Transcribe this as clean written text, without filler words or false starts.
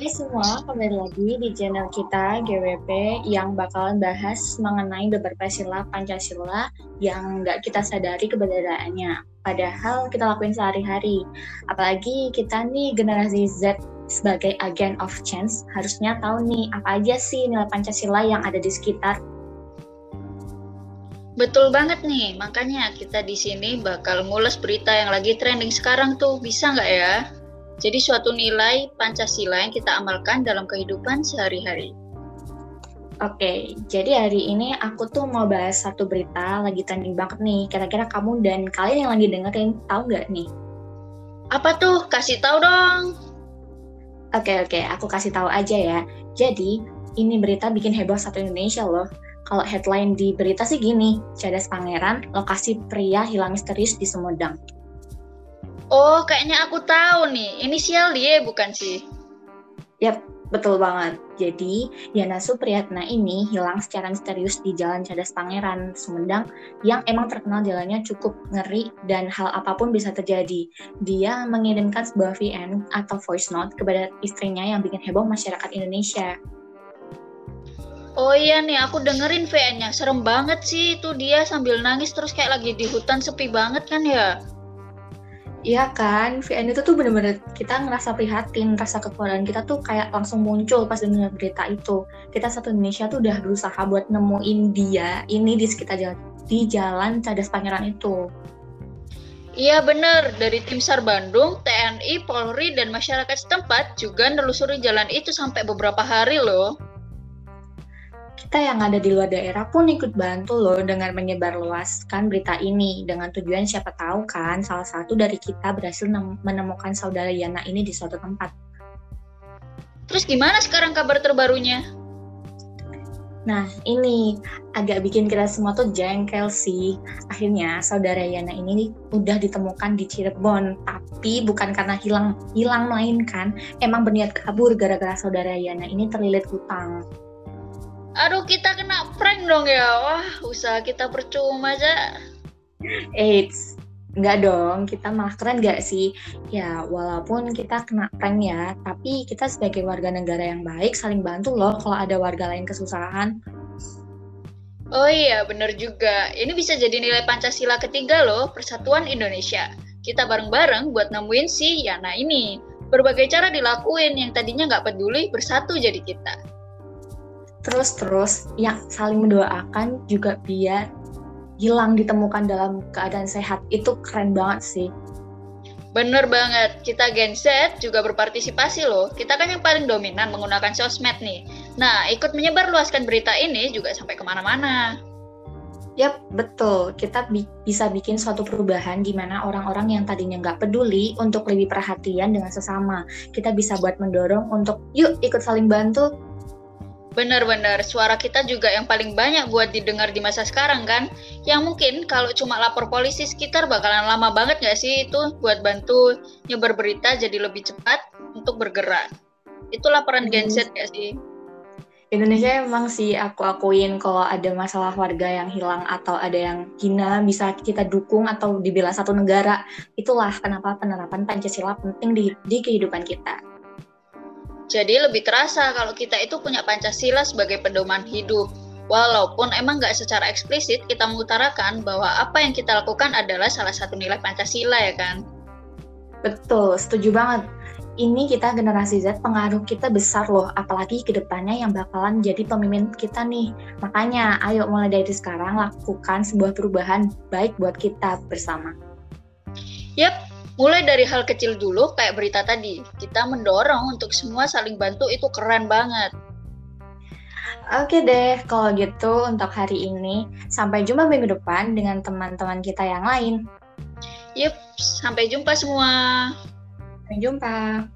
Hai semua, kembali lagi di channel kita GWP yang bakalan bahas mengenai beberapa sila Pancasila yang nggak kita sadari keberadaannya. Padahal kita lakuin sehari-hari. Apalagi kita nih generasi Z sebagai agent of change harusnya tahu nih apa aja sih nilai Pancasila yang ada di sekitar. Betul banget nih, makanya kita di sini bakal ngulas berita yang lagi trending sekarang tuh, bisa nggak ya? Jadi suatu nilai Pancasila yang kita amalkan dalam kehidupan sehari-hari. Oke, jadi hari ini aku tuh mau bahas satu berita lagi trending banget nih. Kira-kira kamu dan kalian yang lagi dengerin tahu nggak nih? Apa tuh? Kasih tahu dong. Oke, aku kasih tahu aja ya. Jadi, ini berita bikin heboh satu Indonesia loh. Kalau headline di berita sih gini, Cadas Pangeran, lokasi pria hilang misterius di Sumedang. Oh, kayaknya aku tahu nih. Inisial dia bukan sih? Yap, betul banget. Jadi, Yana Supriyatna ini hilang secara misterius di Jalan Cadas Pangeran, Sumedang, yang emang terkenal jalannya cukup ngeri dan hal apapun bisa terjadi. Dia mengirimkan sebuah VN atau voice note kepada istrinya yang bikin heboh masyarakat Indonesia. Oh iya nih, aku dengerin VN-nya. Serem banget sih itu dia sambil nangis terus kayak lagi di hutan sepi banget kan ya? Iya kan, VN itu tuh bener-bener kita ngerasa prihatin, rasa kekeluargaan kita tuh kayak langsung muncul pas dengar berita itu. Kita satu Indonesia tuh udah berusaha buat nemuin dia ini di sekitar jalan Cadas Pangeran itu. Iya bener, dari tim SAR Bandung, TNI, Polri, dan masyarakat setempat juga nelusuri jalan itu sampai beberapa hari loh. Kita yang ada di luar daerah pun ikut bantu loh dengan menyebarluaskan berita ini. Dengan tujuan siapa tahu kan salah satu dari kita berhasil menemukan saudara Yana ini di suatu tempat. Terus gimana sekarang kabar terbarunya? Nah, ini agak bikin kita semua tuh jengkel sih. Akhirnya saudara Yana ini udah ditemukan di Cirebon, tapi bukan karena hilang melainkan emang berniat kabur gara-gara saudara Yana ini terlilit hutang. Aduh, kita kena prank dong ya. Wah, usaha kita percuma aja. Eits, enggak dong, kita malah keren gak sih? Ya, walaupun kita kena prank ya, tapi kita sebagai warga negara yang baik saling bantu loh kalau ada warga lain kesusahan. Oh iya, bener juga. Ini bisa jadi nilai Pancasila ketiga loh, Persatuan Indonesia. Kita bareng-bareng buat nemuin si Yana ini. Berbagai cara dilakuin, yang tadinya nggak peduli, bersatu jadi kita. Terus yang saling mendoakan juga biar hilang ditemukan dalam keadaan sehat. Itu keren banget sih. Bener banget, kita Gen Z juga berpartisipasi loh. Kita kan yang paling dominan menggunakan sosmed nih. Nah, ikut menyebarluaskan berita ini juga sampai kemana-mana. Yap, betul. Kita bisa bikin suatu perubahan di mana orang-orang yang tadinya nggak peduli untuk lebih perhatian dengan sesama. Kita bisa buat mendorong untuk yuk ikut saling bantu. Bener-bener, suara kita juga yang paling banyak buat didengar di masa sekarang kan. Yang mungkin kalau cuma lapor polisi sekitar bakalan lama banget gak sih itu buat bantu nyebar berita jadi lebih cepat untuk bergerak. Itu laporan Gen Z gak sih? Indonesia emang sih aku akuin kalau ada masalah warga yang hilang atau ada yang hina bisa kita dukung atau dibela satu negara. Itulah kenapa penerapan Pancasila penting di kehidupan kita. Jadi lebih terasa kalau kita itu punya Pancasila sebagai pedoman hidup. Walaupun emang nggak secara eksplisit kita mengutarakan bahwa apa yang kita lakukan adalah salah satu nilai Pancasila ya kan? Betul, setuju banget. Ini kita generasi Z, pengaruh kita besar loh, apalagi ke depannya yang bakalan jadi pemimpin kita nih. Makanya, ayo mulai dari sekarang lakukan sebuah perubahan baik buat kita bersama. Yap, mulai dari hal kecil dulu kayak berita tadi. Kita mendorong untuk semua saling bantu itu keren banget. Oke deh, kalau gitu untuk hari ini, sampai jumpa minggu depan dengan teman-teman kita yang lain. Yap, sampai jumpa semua. Sampai jumpa.